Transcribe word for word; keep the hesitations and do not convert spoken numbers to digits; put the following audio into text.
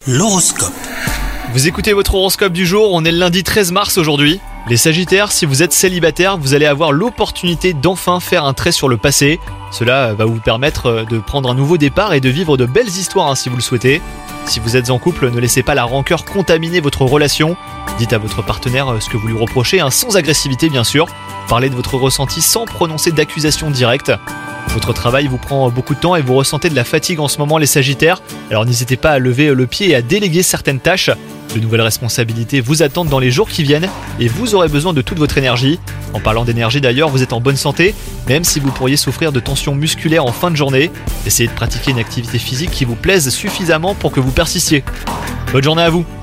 L'horoscope. Vous écoutez votre horoscope du jour, on est le lundi treize mars aujourd'hui. Les Sagittaires, si vous êtes célibataire, vous allez avoir l'opportunité d'enfin faire un trait sur le passé. Cela va vous permettre de prendre un nouveau départ et de vivre de belles histoires hein, si vous le souhaitez. Si vous êtes en couple, ne laissez pas la rancœur contaminer votre relation. Dites à votre partenaire ce que vous lui reprochez, hein, sans agressivité bien sûr. Parlez de votre ressenti sans prononcer d'accusations directes. Votre travail vous prend beaucoup de temps et vous ressentez de la fatigue en ce moment les Sagittaires. Alors n'hésitez pas à lever le pied et à déléguer certaines tâches. De nouvelles responsabilités vous attendent dans les jours qui viennent et vous aurez besoin de toute votre énergie. En parlant d'énergie d'ailleurs, vous êtes en bonne santé, même si vous pourriez souffrir de tensions musculaires en fin de journée. Essayez de pratiquer une activité physique qui vous plaise suffisamment pour que vous persistiez. Bonne journée à vous!